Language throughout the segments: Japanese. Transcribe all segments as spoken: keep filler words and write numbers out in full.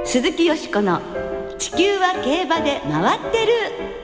鈴木よしこの地球は競馬で回ってる。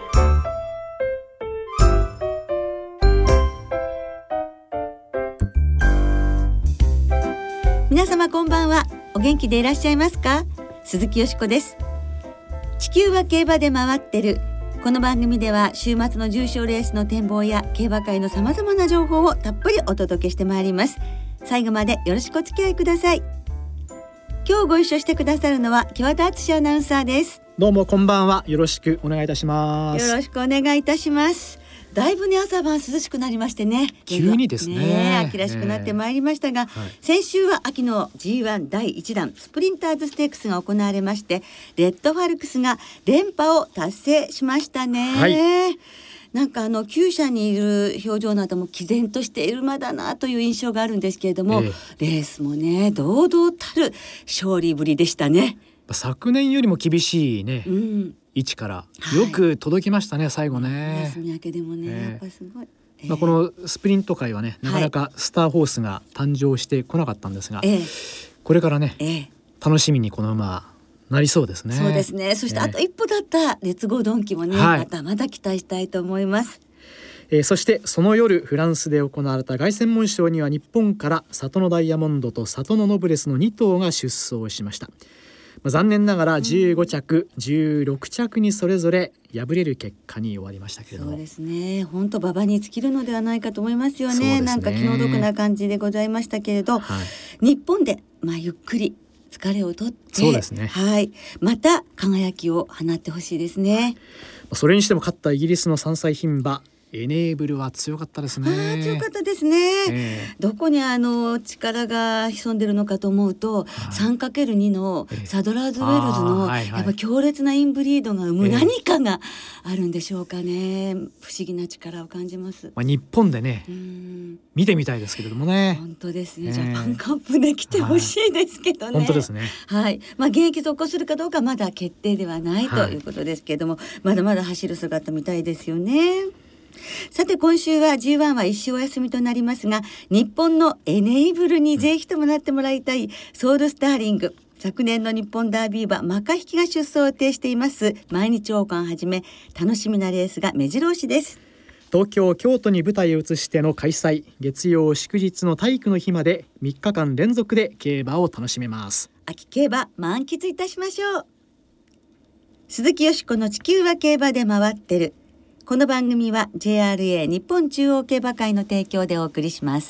皆様こんばんは。お元気でいらっしゃいますか？鈴木よしこです。地球は競馬で回ってる。この番組では週末の重賞レースの展望や競馬界のさまざまな情報をたっぷりお届けしてまいります。最後までよろしくお付き合いください。今日ご一緒してくださるのは木和田敦アナウンサーです。 どうもこんばんは。よろしくお願いいたします。 よろしくお願いいたします。だいぶね朝晩涼しくなりましてね、 急にですねね秋らしくなってまいりましたが、ねはい、先週は秋の ジーワン だいいちだんスプリンターズステークスが行われまして、レッドファルクスが連覇を達成しましたね、はい、なんかあの厩舎にいる表情なども毅然としている馬だなという印象があるんですけれども、えー、レースもね堂々たる勝利ぶりでしたね。 昨年よりも厳しいね、うん位置からよく届きましたね、はい、最後ね。 休み明けでもね、えー、やっぱすごい、 えーまあ、このスプリント界はねなかなかスターホースが誕生してこなかったんですが、えー、これからね、えー、楽しみにこの馬なりそうですね。 そうですね。そしてあと一歩だった列号ドンキもね、はい、またまた期待したいと思います。 えー、そしてその夜フランスで行われた凱旋門賞には日本から里のダイヤモンドと里のノブレスのに頭が出走しました。まあ、残念ながらじゅうごちゃく、うん、じゅうろくちゃくにそれぞれ敗れる結果に終わりましたけれども、 そうですね。本当馬場に尽きるのではないかと思いますよ ね, ねなんか気の毒な感じでございましたけれど、はい、日本で、まあ、ゆっくり疲れを取って、 そうですね、 はい、また輝きを放ってほしいですね。 それにしても勝ったイギリスのさんさい牝馬エネーブルは強かったですね。 あ強かったですね、えー、どこにあの力が潜んでるのかと思うと、はい、さんかけるに のサドラーズウェルズの、はいはい、やっぱ強烈なインブリードが生む何かがあるんでしょうかね、えー、不思議な力を感じます。 まあ、日本でねうん見てみたいですけれどもね。 本当ですね、えー、ジャパンカップで来てほしいですけどね、 はい、本当ですね、 はいまあ、現役続行するかどうかまだ決定ではないということですけれども、はい、まだまだ走る姿見たいですよね。さて今週は ジーワン は一週お休みとなりますが、日本のエネーブルにぜひともなってもらいたいソウルスターリング、昨年の日本ダービー馬マカヒキが出走を予定しています毎日王冠はじめ楽しみなレースが目白押しです。 東京京都に舞台を移しての開催、月曜祝日の体育の日までみっかかん連続で競馬を楽しめます。 秋競馬満喫いたしましょう。鈴木よしこの地球は競馬で回ってる。この番組は ジェイアールエー 日本中央競馬会の提供でお送りします。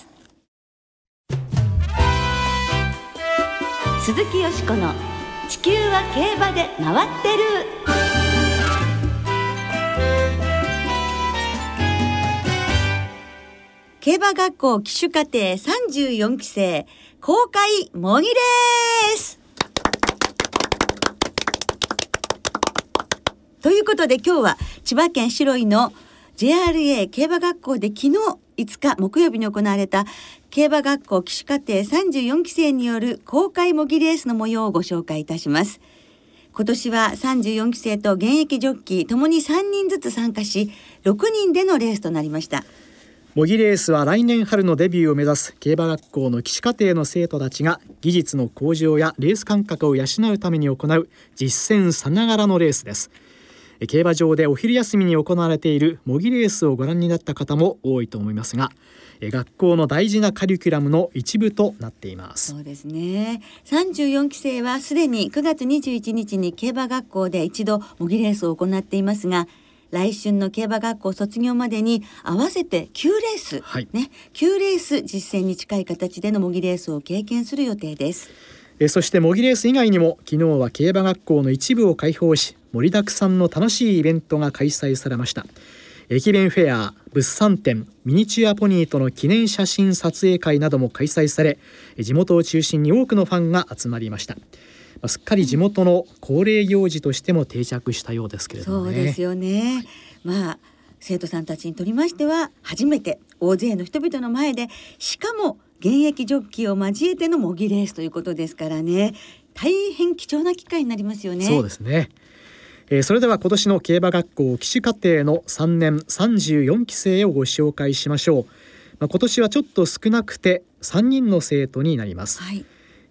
鈴木よしこの地球は競馬で回ってる。競馬学校騎手課程さんじゅうよんきせい公開模擬レースということで、今日は千葉県白井の ジェイアールエー 競馬学校で昨日いつか木曜日に行われた競馬学校騎手課程さんじゅうよんきせいによる公開模擬レースの模様をご紹介いたします。今年はさんじゅうよんきせいと現役ジョッキーともにさんにんずつ参加しろくにんでのレースとなりました。 模擬レースは来年春のデビューを目指す競馬学校の騎手課程の生徒たちが技術の向上やレース感覚を養うために行う実践さながらのレースです。競馬場でお昼休みに行われている模擬レースをご覧になった方も多いと思いますが、学校の大事なカリキュラムの一部となっています。 そうですね。さんじゅうよんきせいはすでにくがつにじゅういちにちに競馬学校で一度模擬レースを行っていますが、来春の競馬学校卒業までに合わせてきゅうレース、はいね、きゅうレース実践に近い形での模擬レースを経験する予定です。 えそして模擬レース以外にも昨日は競馬学校の一部を開放し、盛りだくさんの楽しいイベントが開催されました。駅弁フェア、物産展、ミニチュアポニーとの記念写真撮影会なども開催され、地元を中心に多くのファンが集まりました。すっかり地元の恒例行事としても定着したようですけれどもね。 そうですよね。まあ生徒さんたちにとりましては初めて大勢の人々の前で、しかも現役ジョッキーを交えての模擬レースということですからね、大変貴重な機会になりますよね。 そうですね。えー、それでは今年の競馬学校騎手課程のさんねんさんじゅうよんきせいをご紹介しましょう。まあ、今年はちょっと少なくてさんにんの生徒になります。はい、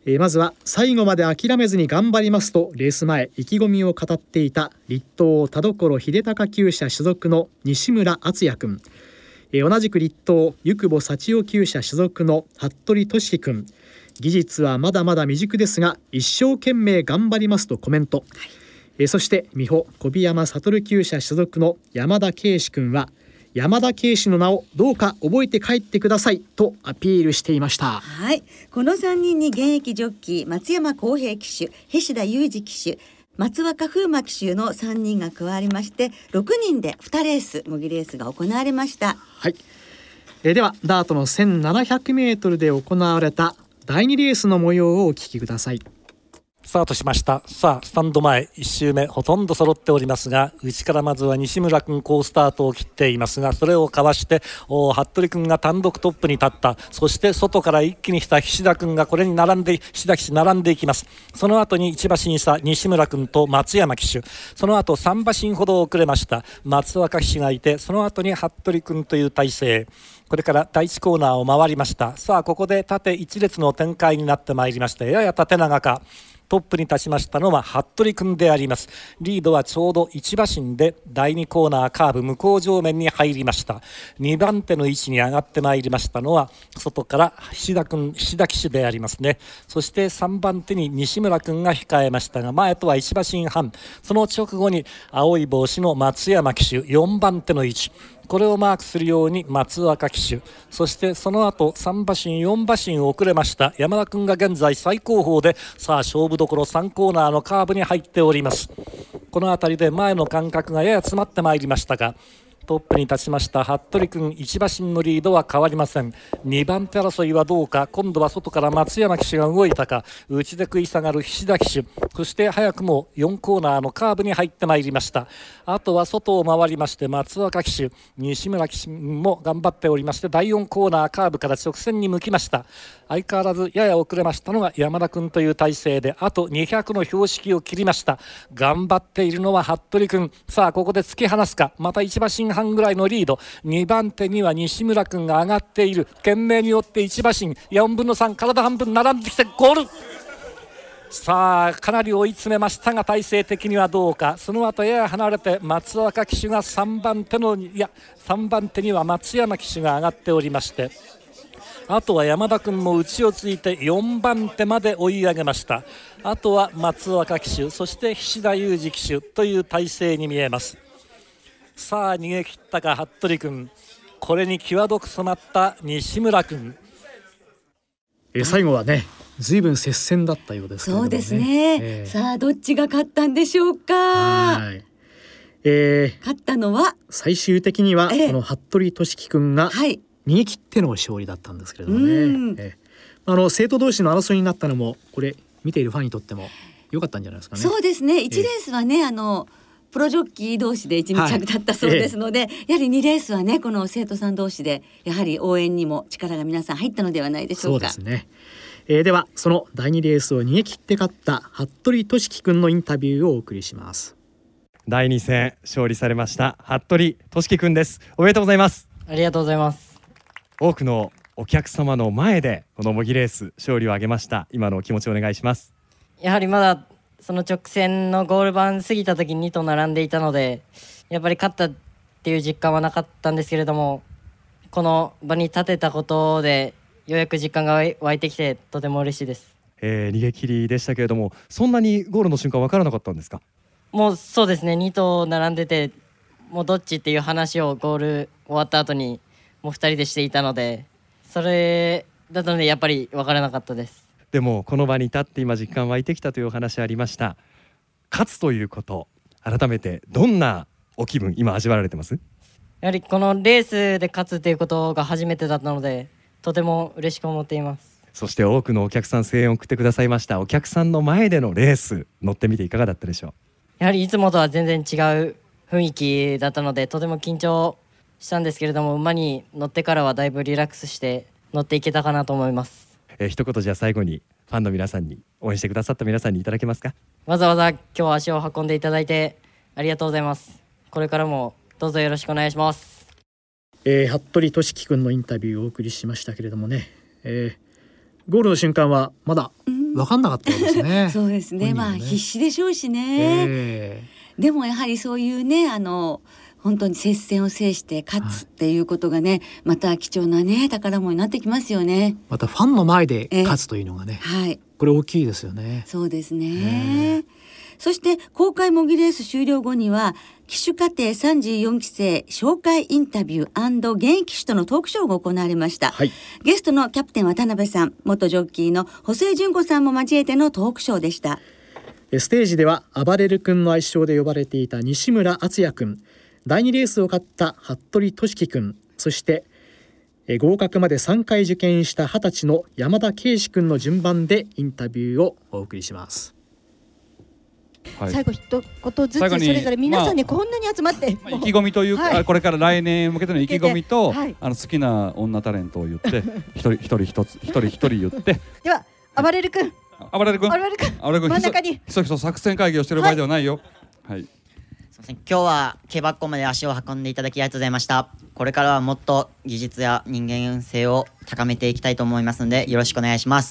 えー、まずは最後まで諦めずに頑張りますとレース前意気込みを語っていた立東田所秀孝厩舎所属の西村敦也君、えー、同じく立東ゆくぼ幸男厩舎所属の服部俊樹君、技術はまだまだ未熟ですが一生懸命頑張りますとコメント、はい、えー、そして美穂小檜山悟厩舎所属の山田圭司君は山田圭司の名をどうか覚えて帰ってくださいとアピールしていました。 はい、このさんにんに現役ジョッキー松山康平騎手、菱田裕二騎手、松若風磨騎手のさんにんが加わりましてろくにんでにレース模擬レースが行われました。 はい、えー、ではダートのせんななひゃくメートルで行われただいにレースの模様をお聞きください。 スタートしました。さあスタンド前いち周目ほとんど揃っておりますが、内からまずは西村君好スタートを切っていますが、それをかわして服部君が単独トップに立った。そして外から一気に来た菱田君がこれに並んで菱田騎手並んでいきます。その後にいち馬身差西村君と松山騎手、その後さん馬身ほど遅れました松若騎手がいて、その後に服部君という体勢。これから第一コーナーを回りました。さあここで縦一列の展開になってまいりまして、やや縦長か。トップに立ちましたのは服部君であります。リードはちょうどいち馬身でだいにコーナーカーブ向こう上面に入りました。にばん手の位置に上がってまいりましたのは外から菱田君菱田騎手でありますね。そしてさんばん手に西村君が控えましたが、前とはいち馬身半、その直後に青い帽子の松山騎手よんばん手の位置、これをマークするように松若騎手、そしてその後さん馬身よん馬身遅れました山田君が現在最後方で、さあ勝負どころさんコーナーのカーブに入っております。この辺りで前の間隔がやや詰まってまいりましたが、トップに立ちました服部君いち馬身のリードは変わりません。にばん手争いはどうか。今度は外から松山騎手が動いたか、内で食い下がる菱田騎手、そして早くもよんコーナーのカーブに入ってまいりました。あとは外を回りまして松若騎手西村騎手も頑張っておりまして、だいよんコーナーカーブから直線に向きました。相変わらずやや遅れましたのが山田君という体勢で、あとにひゃくの標識を切りました。頑張っているのは服部君。さあここで突き放すか。またいち馬身半ぐらいのリード。にばん手には西村君が上がっている。懸命によっていち馬身よんぶんのさん、体半分並んできてゴール。さあかなり追い詰めましたが体勢的にはどうか。その後やや離れて松若騎手がさんばん手のいやさんばん手には松山騎手が上がっておりまして、あとは山田君も内をついてよんばん手まで追い上げました。あとは松若騎手、そして菱田裕二騎手という体勢に見えます。さあ逃げ切ったか服部君、これに際どく染まった西村君。 え最後はねずいぶん接戦だったようですけれどもね。 そうですね、えー、さあどっちが勝ったんでしょうか。はい、えー、勝ったのは最終的にはこの服部俊樹君が逃げ切っての勝利だったんですけれどもね、えー、あの生徒同士の争いになったのもこれ見ているファンにとっても良かったんじゃないですかね。 そうですね、いちレースはね、えー、あのプロジョッキー同士で一密着だったそうですので、はい、えー、やはりにレースはねこの生徒さん同士でやはり応援にも力が皆さん入ったのではないでしょうか。 そうですね、えー、ではそのだいにレースを逃げ切って勝った服部俊樹君のインタビューをお送りします。 だいに戦勝利されました服部俊樹君です。おめでとうございます。 ありがとうございます。 多くのお客様の前でこの模擬レース勝利を挙げました。今のお気持ちをお願いします。 やはりまだその直線のゴール板過ぎた時にに頭並んでいたので、やっぱり勝ったっていう実感はなかったんですけれども、この場に立てたことでようやく実感が湧いてきてとても嬉しいです。 えー、逃げ切りでしたけれども、そんなにゴールの瞬間分からなかったんですか。 もうそうですね、に頭並んでてもうどっちっていう話をゴール終わった後にもうふたりでしていたので、それだったのでやっぱり分からなかったです。 でもこの場に立って今実感湧いてきたというお話ありました。勝つということ、改めてどんなお気分今味わわれてます？ やはりこのレースで勝つということが初めてだったのでとても嬉しく思っています。 そして多くのお客さん声援を送ってくださいました。お客さんの前でのレース乗ってみていかがだったでしょう？ やはりいつもとは全然違う雰囲気だったのでとても緊張したんですけれども、馬に乗ってからはだいぶリラックスして乗っていけたかなと思います。 えー、一言じゃあ最後にファンの皆さんに、応援してくださった皆さんにいただけますか？ わざわざ今日足を運んでいただいてありがとうございます。これからもどうぞよろしくお願いします。 えー、服部俊樹君のインタビューをお送りしましたけれどもね、えー、ゴールの瞬間はまだ分かんなかったようですね。 そうですね、 ねまあ必死でしょうしね、 えでもやはりそういうねあの本当に接戦を制して勝つっていうことがね、はい、また貴重なね宝物になってきますよね。 またファンの前で勝つというのがね、 はい、 これ大きいですよね。 そうですね。そして公開模擬レース終了後には騎手課程さんじゅうよんきせい紹介インタビュー&現役騎手とのトークショーが行われました、はい、ゲストのキャプテン渡辺さん、元ジョッキーの補正純子さんも交えてのトークショーでした。 ステージでは暴れる君の愛称で呼ばれていた西村敦也君、だいにレースを勝った服部俊樹君、そして合格までさんかい受験したはたちの山田圭司君の順番でインタビューをお送りします。 はい、最後一言ずつそれぞれ皆さんにこんなに集まって、 まあ、意気込みというか、はい、これから来年向けての意気込みと、はい、あの好きな女タレントを言って一人一人一つ一人一人言ってでは暴れる君暴れる君暴れる君真ん中にひそひそ作戦会議をしている場合ではないよ。はい、はい、 すいません、今日は競馬学校まで足を運んでいただきありがとうございました。これからはもっと技術や人間性を高めていきたいと思いますのでよろしくお願いします。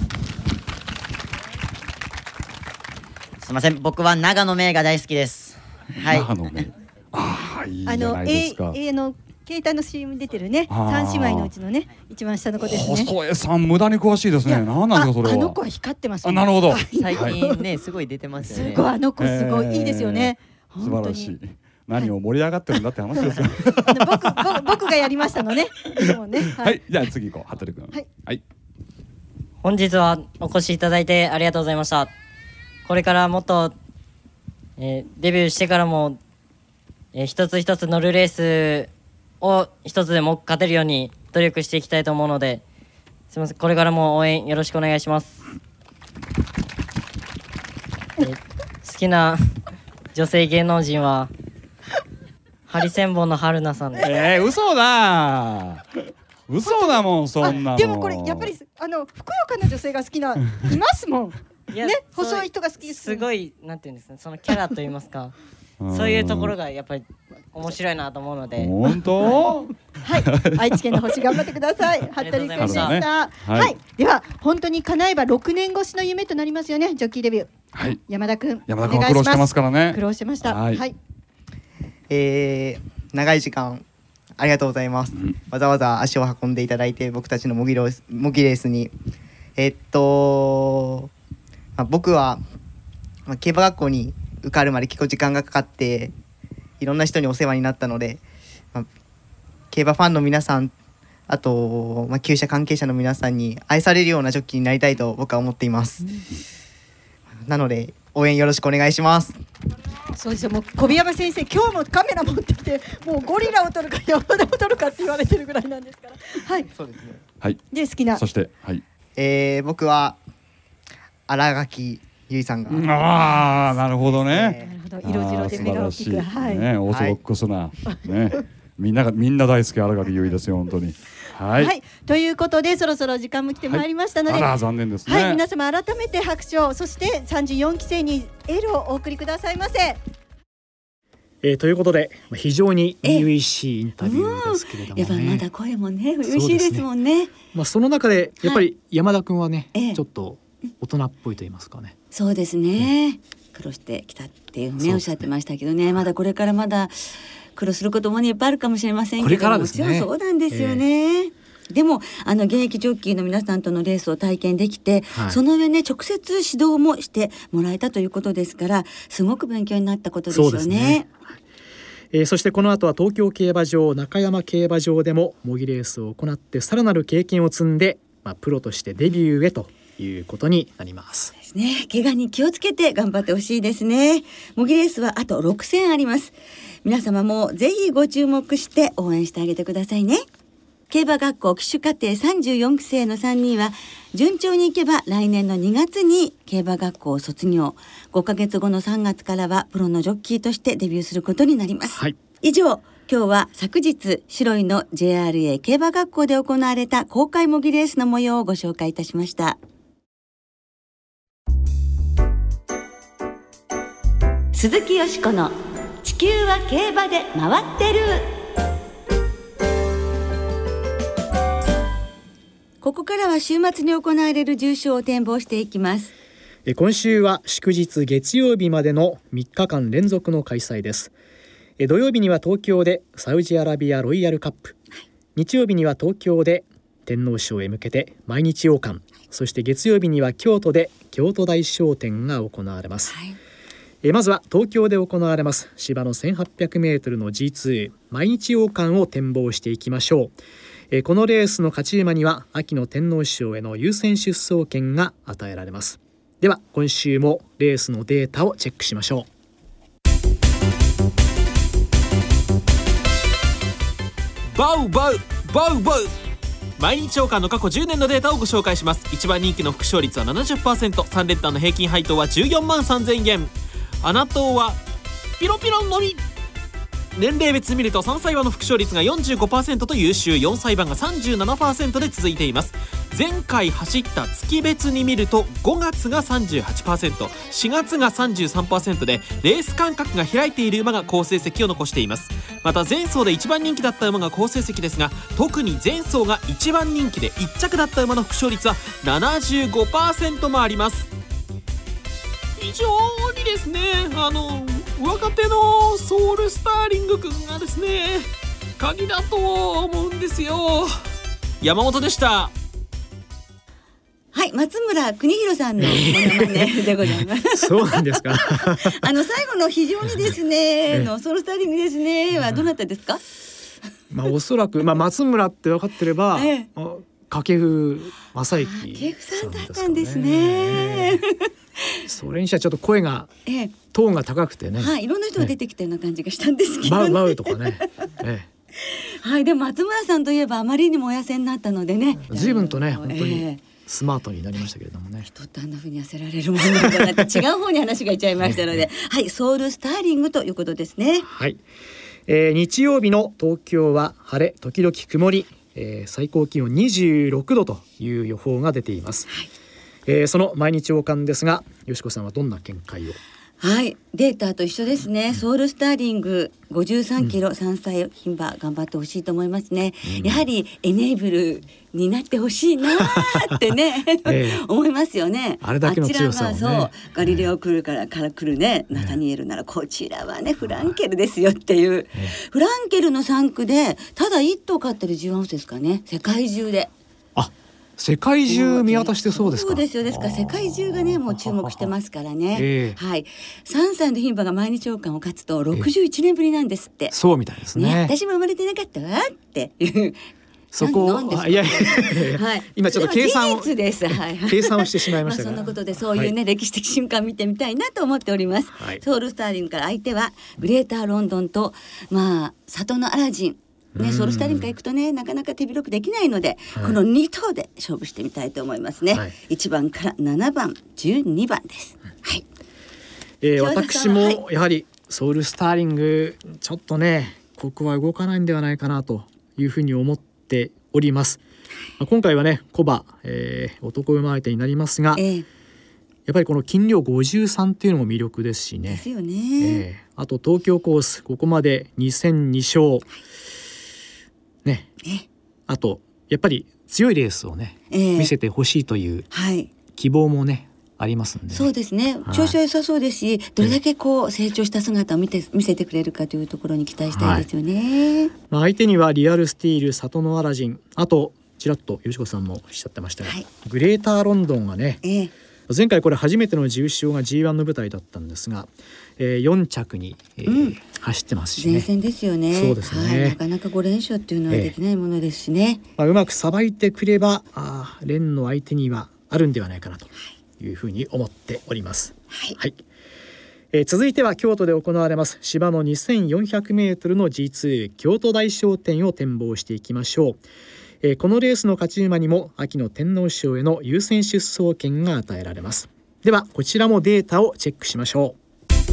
すみません、僕は長野名が大好きです。はい。 長野名。ああ、いいじゃないですか。 あの、え、えの携帯の シーエム 出てるね。三姉妹のうちのね、一番下の子ですね。 細江さん無駄に詳しいですね。なんなんですかそれは。 あの子は光ってます、 ね。あ、なるほど。 最近ね、すごい出てますよね。 すごい、あの子すごいいいですよね。 素晴らしい。何を盛り上がってるんだって話ですよ。 僕僕がやりましたのね。 はい、じゃあ次行こう、服部君。はい。 本日はお越しいただいてありがとうございました。これからもっと、えー、デビューしてからも、えー、一つ一つ乗るレースを一つでも勝てるように努力していきたいと思うので、すみません、これからも応援よろしくお願いします。えー、好きな女性芸能人はハリセンボンの春菜さんです。 えー、嘘だ嘘だもん、そんなもん。 でもこれやっぱりあのふくよかな女性が好きないますもん。ね、細い人が好きです。 すごいなんていうんですか、そのキャラと言いますかそういうところがやっぱり面白いなと思うので。 本当？ はい、愛知県の星頑張ってください。服部君でした。はい、はい、では本当に叶えばろくねん越しの夢となりますよね、ジョッキーデビュー。 はい、 山田君、 山田君は苦労してますからね。 苦労してました。はい、はい、 えー、長い時間ありがとうございます、うん、わざわざ足を運んでいただいて僕たちの模擬レース、模擬レースにえー、っとまあ、僕は、まあ、競馬学校に受かるまで結構時間がかかっていろんな人にお世話になったので、まあ、競馬ファンの皆さん、あと、まあ、厩舎関係者の皆さんに愛されるようなジョッキーになりたいと僕は思っています、うん、なので応援よろしくお願いします。 そうですよ、もう小宮山先生今日もカメラ持ってきてもうゴリラを撮るか山田を撮るかって言われてるぐらいなんですから。はい、そうですね。 はい、 で好きなそしてはい、 えー、僕は新垣結衣さんが、うん、 ああなるほどね、 えー、なるほど、色白で目が大きく、はい、 ね、オーソドックスな、はい、ねみんながみんな大好き新垣結衣ですよ本当に。はい、はい、ということでそろそろ時間も来てまいりましたので、はい、 あら残念ですね。 はい、皆様改めて拍手を、そしてさんじゅうよんきせいにエールをお送りくださいませ。 えー、ということで非常に初々しいインタビューですけれどもね、 やっぱまだ声もね初々しいですもんね。 まあ、その中でやっぱり山田君はね、はい、ちょっと大人っぽいと言いますかね。 そうですね、うん、苦労してきたっていうね、おっしゃってましたけどね、まだこれからまだ苦労することもねいっぱいあるかもしれませんけど、 これからですね、 もちろんそうなんですよね、えー、でもあの現役ジョッキーの皆さんとのレースを体験できて、はい、その上ね直接指導もしてもらえたということですから、すごく勉強になったことですよね。そうですね。 えー、そしてこの後は東京競馬場中山競馬場でも模擬レースを行ってさらなる経験を積んで、まあ、プロとしてデビューへということになります。 ですね、怪我に気をつけて頑張ってほしいですね。模擬レースはあとろくせんあります。皆様もぜひご注目して応援してあげてくださいね。競馬学校騎手課程さんじゅうよんきせいのさんにんは順調にいけば来年のにがつに競馬学校を卒業、ごかげつごのさんがつからはプロのジョッキーとしてデビューすることになります、はい、以上、今日は昨日白井の ジェイアールエー 競馬学校で行われた公開模擬レースの模様をご紹介いたしました。鈴木よしこの地球は競馬で回ってる。 ここからは週末に行われる重賞を展望していきます。 今週は祝日月曜日までのみっかかん連続の開催です。土曜日には東京でサウジアラビアロイヤルカップ、はい、日曜日には東京で天皇賞へ向けて毎日王冠、そして月曜日には京都で京都大賞典が行われます、はい、えまずは東京で行われます芝のせんはっぴゃくメートルの ジーツー 毎日王冠を展望していきましょう。えこのレースの勝ち馬には秋の天皇賞への優先出走権が与えられます。では今週もレースのデータをチェックしましょう。 バウバウバウバウ毎日王冠の過去じゅうねんのデータをご紹介します。一番人気の副勝率は ななじゅっパーセント、 さん連単の平均配当はじゅうよんまんさんぜんえん、穴党はピロピロのみ。年齢別見るとさんさい馬の副勝率が よんじゅうごパーセント と優秀、よんさい馬が さんじゅうななパーセント で続いています。前回走った月別に見るとごがつが さんじゅうはちパーセント、 しがつが さんじゅうさんパーセント でレース間隔が開いている馬が好成績を残しています。また前走で一番人気だった馬が好成績ですが、特に前走が一番人気でいっ着だった馬の副勝率は ななじゅうごパーセント もあります。非常にですね、あの若手のソウルスターリング君がですね鍵だと思うんですよ。山本でした。 はい、松村邦弘さんのモノマネでございます。 そうなんですか。 あの最後の非常にですねのソウルスターリングですねはどなたですか？ まあおそらくまあ松村って分かってれば、 ええ、 掛布正幸掛布さんだったんですね。 それにしてはちょっと声が、ええ、トーンが高くてね、 はい、いろんな人が出てきたような感じがしたんですけど、 ね、バウバウとかね、ええ、 はい、でも松村さんといえばあまりにもお痩せになったのでね、 随分とね本当にスマートになりましたけれどもね、 人ってあんな風に痩せられるものなんだなって違う方に話がいっちゃいましたので、はい、ソウルスターリングということですね。 はい、えー、日曜日の東京は晴れ時々曇り、えー、最高気温にじゅうろくどという予報が出ています、はい、えー、その毎日王冠ですが、よしこさんはどんな見解を？ はい、データと一緒ですね、うん、ソウルスターリングごじゅうさんキロ、うん、さんさい牝馬頑張ってほしいと思いますね、うん、やはりエネーブルになってほしいなってね、ええ、思いますよね。 あれだけの強さをね、 あちらはそうガリレオ来るからから来るね、ナタニエルならこちらはねフランケルですよっていう、ええ、フランケルのさん区でただいっ頭勝ってる ジーワン オスですかね、世界中で。 あ、世界中見渡してそうですか？ そうですよ。ですから世界中がねもう注目してますからね、 えー、 はい、さんさいの牝馬が毎日王冠を勝つとろくじゅういちねんぶりなんですって、 えー、そうみたいですね。 ね、私も生まれてなかったわっていうそこをいやいやいや、はい、今ちょっと計算をです、はいはい、 計算をしてしまいましたが、 まあ、そんなことでそういうね、はい、歴史的瞬間見てみたいなと思っております、はい、ソウルスターリングから相手はグレーターロンドンとまあ里のアラジンね、ソウルスターリングから行くとねなかなか手広くできないので、はい、このに頭で勝負してみたいと思いますね、はい、いちばんからななばんじゅうにばんです、はい、 えー、私もやはりソウルスターリングちょっとねここは動かないんではないかなというふうに思っております、まあ、今回はねコバ、えー、男馬相手になりますが、えー、やっぱりこの斤量ごじゅうさんっていうのも魅力ですしね。 ですよね、 えー、あと東京コースここまでに戦に勝、はいね、あとやっぱり強いレースをね、えー、見せてほしいという希望もね、はい、ありますんで、ね、 そうですね、調子は良さそうですし、どれだけこう成長した姿を見て見せてくれるかというところに期待したいですよね、はい、 まあ、相手にはリアルスティール、里のアラジン、あとちらっとよしこさんもおっしゃってましたが、はい、グレーターロンドンがね、えー、前回これ初めての重賞が ジーワン の舞台だったんですが、えー、よん着に、えーうん、走ってますしね。 前線ですよね。 そうですね、 はい、なかなかご連勝っていうのはできないものですしね、 えーまあ、うまくさばいてくればあ連の相手にはあるんではないかなというふうに思っております、 はいはい、えー、続いては京都で行われます芝のにせんよんひゃくメートルの ジーツー 京都大賞典を展望していきましょう。えー、このレースの勝ち馬にも秋の天皇賞への優先出走権が与えられます。ではこちらもデータをチェックしましょう。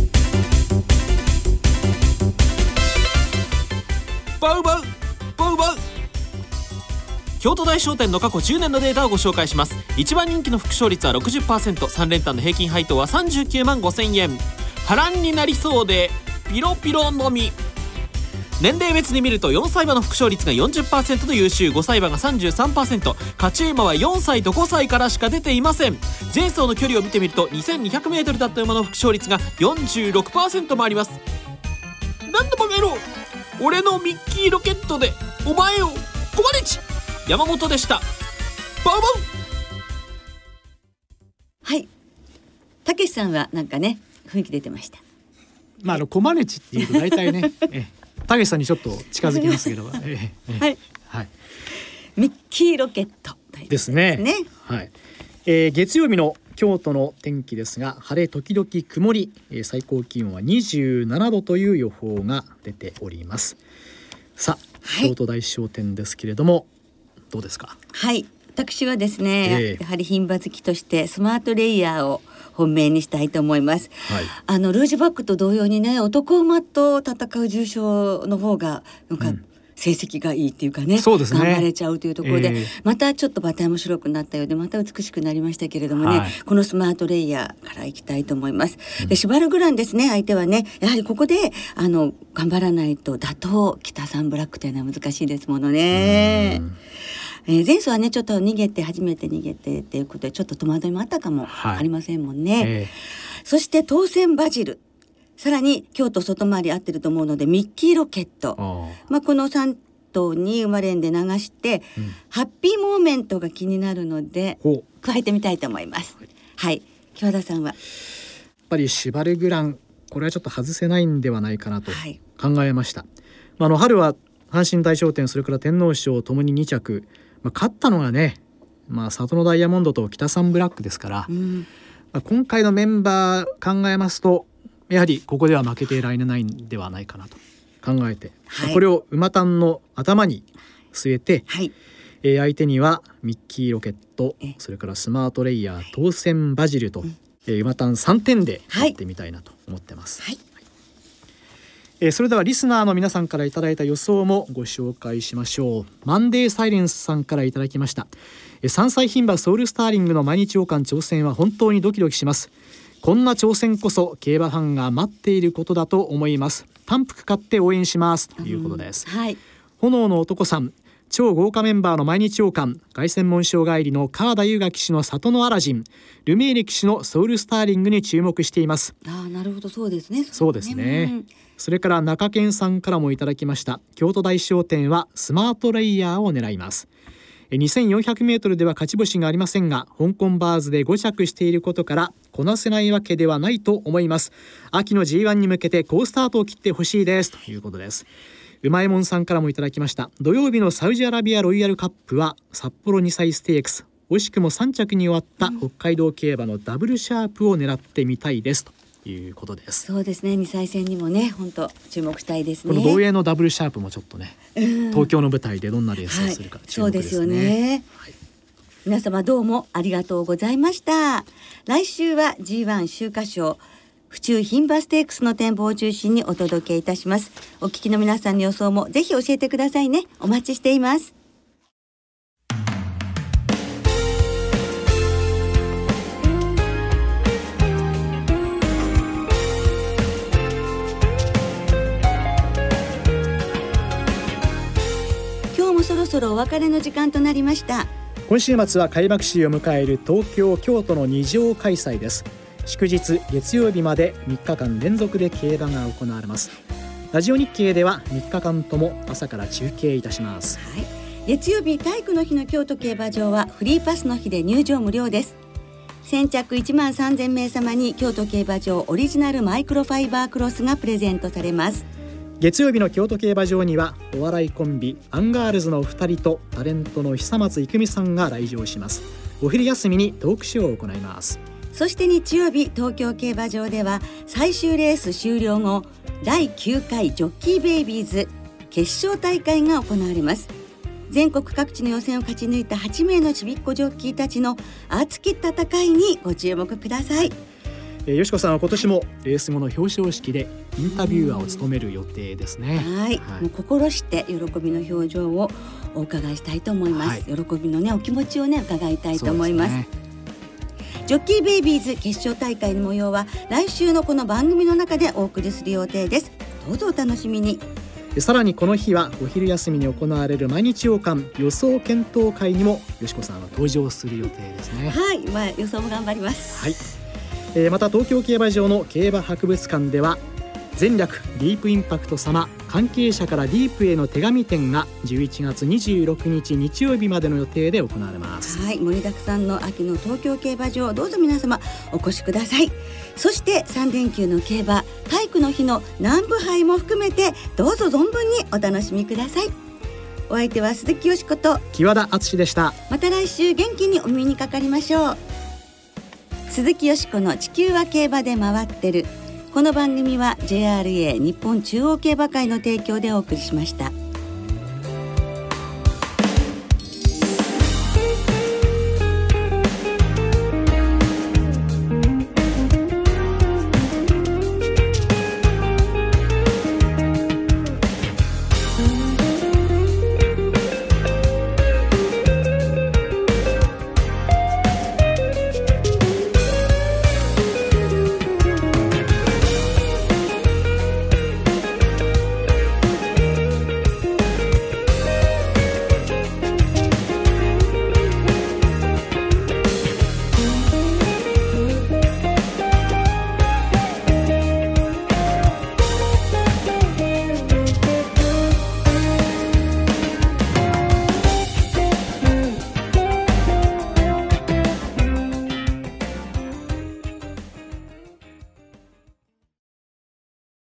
バウバウバウバウ京都大賞典の過去じゅうねんのデータをご紹介します。いちばん人気の副勝率は ろくじゅっパーセント、 さん連単の平均配当はさんじゅうきゅうまんごせんえん。波乱になりそうでピロピロのみ。 年齢別に見るとよんさい馬の副勝率が よんじゅっパーセント の優秀、ごさい馬が さんじゅうさんパーセント、 勝ち馬はよんさいとごさいからしか出ていません。前走の距離を見てみると にせんにひゃくメートル だった馬の副勝率が よんじゅうろくパーセント もあります。なんだバカ野郎、俺のミッキーロケットでお前をコマネチ。山本でした。バウバウ。 はい、たけしさんはなんかね雰囲気出てました。 まああのコマネチっていうと大体ねたけしさんにちょっと近づきますけどええはい、はい、ミッキーロケットですね。 ね、 はい、えー、月曜日の京都の天気ですが、晴れ時々曇り、えー、最高気温はにじゅうななどという予報が出ております。さあ、はい、京都大商店ですけれどもどうですか。 はい、私はですね、えー、やはり牝馬好きとしてスマートレイヤーを本命にしたいと思います、はい、あのルージュバックと同様にね、男馬と戦う重賞の方がなんか、うん成績がいいっていうかね、そうですね、頑張れちゃうというところで、えー、またちょっと馬体も白くなったようでまた美しくなりましたけれどもね、はい、このスマートレイヤーからいきたいと思います、うん、でシュバルグランですね、相手はねやはりここであの頑張らないと打倒北サンブラックというのは難しいですものね。えー、前走はねちょっと逃げて初めて逃げてっていうことでちょっと戸惑いもあったかもありませんもんね、はいえー、そして当選バジル、さらに京都外回り合ってると思うのでミッキーロケット、まあ、このさん頭に生まれんで流して、うん、ハッピーモーメントが気になるので加えてみたいと思います。はい、京田さんはやっぱりシュバルグラン、これはちょっと外せないんではないかなと考えました、はい、まあ、あの春は阪神大賞典それから天皇賞ともにに着、まあ、勝ったのがね、まあ、里のダイヤモンドと北サンブラックですから、うんまあ、今回のメンバー考えますとやはりここでは負けていられないんではないかなと考えて、はい、これを馬単の頭に据えて、はいえー、相手にはミッキーロケット、それからスマートレイヤー、当選バジルと、うんえー、馬単さんてんでやってみたいなと思ってます、はいはいえー、それではリスナーの皆さんからいただいた予想もご紹介しましょう。マンデーサイレンスさんからいただきました。えー、さんさい牝馬ソウルスターリングの毎日王冠挑戦は本当にドキドキします。こんな挑戦こそ競馬ファンが待っていることだと思います。単服買って応援しますということです、うんはい、炎の男さん、超豪華メンバーの毎日王冠、凱旋門賞帰りの川田優雅騎手の里のアラジン、ルメーレ騎手のソウルスターリングに注目しています。 あ、なるほど、そうですね。 そうですね、うん、それから中堅さんからもいただきました。京都大賞典はスマートレイヤーを狙います。にせんよんひゃくメートルでは勝ち星がありませんが、香港バーズでご着していることからこなせないわけではないと思います。秋の ジーワン に向けて好スタートを切ってほしいですということです。うまいもんさんからもいただきました。土曜日のサウジアラビアロイヤルカップは札幌にさいステークス、惜しくもさん着に終わった北海道競馬のダブルシャープを狙ってみたいですということです。 そうですね、にさい戦にもね本当注目したいですね。 この防衛のダブルシャープもちょっとね、うん、東京の舞台でどんなレースをするか注目ですね、はい、そうですよね、はい、 皆様どうもありがとうございました。来週は ジーワン 秋華賞府中牝馬ステークスの展望を中心にお届けいたします。お聞きの皆さんの予想もぜひ教えてくださいね。お待ちしています。今日もそろそろお別れの時間となりました。 今週末は開幕週を迎える東京京都のに乗開催です。祝日月曜日までみっかかん連続で競馬が行われます。ラジオ日経ではみっかかんとも朝から中継いたします、 はい、月曜日体育の日の京都競馬場はフリーパスの日で入場無料です。先着いちまんさんぜんめい様に京都競馬場オリジナルマイクロファイバークロスがプレゼントされます。 月曜日の京都競馬場にはお笑いコンビアンガールズのお二人とタレントの久松郁美さんが来場します。お昼休みにトークショーを行います。 そして日曜日東京競馬場では最終レース終了後だいきゅうかいジョッキーベイビーズ決勝大会が行われます。全国各地の予選を勝ち抜いたはちめいのちびっこジョッキーたちの熱き戦いにご注目ください。 えー、よしこさんは今年もレース後の表彰式でインタビューアーを務める予定ですね。 はい、はい、もう心して喜びの表情をお伺いしたいと思います、はい、喜びのねお気持ちをね伺いたいと思います。ジョッキーベイビーズ決勝大会の模様は来週のこの番組の中でお送りする予定です。どうぞお楽しみに。 さらにこの日はお昼休みに行われる毎日王冠予想検討会にもよしこさんは登場する予定ですね。 はい、まあ、予想も頑張ります。 はい、えー、また東京競馬場の競馬博物館では前略ディープインパクト様関係者からディープへの手紙展がじゅういちがつにじゅうろくにち日曜日までの予定で行われます。 はい、盛りだくさんの秋の東京競馬場、どうぞ皆様お越しください。そしてさん連休の競馬体育の日の南部杯も含めてどうぞ存分にお楽しみください。お相手は鈴木よしこと木和田敦でした。 また来週元気にお耳にかかりましょう。鈴木よしこの地球は競馬で回ってる。この番組は ジェイアールエー 日本中央競馬会の提供でお送りしました。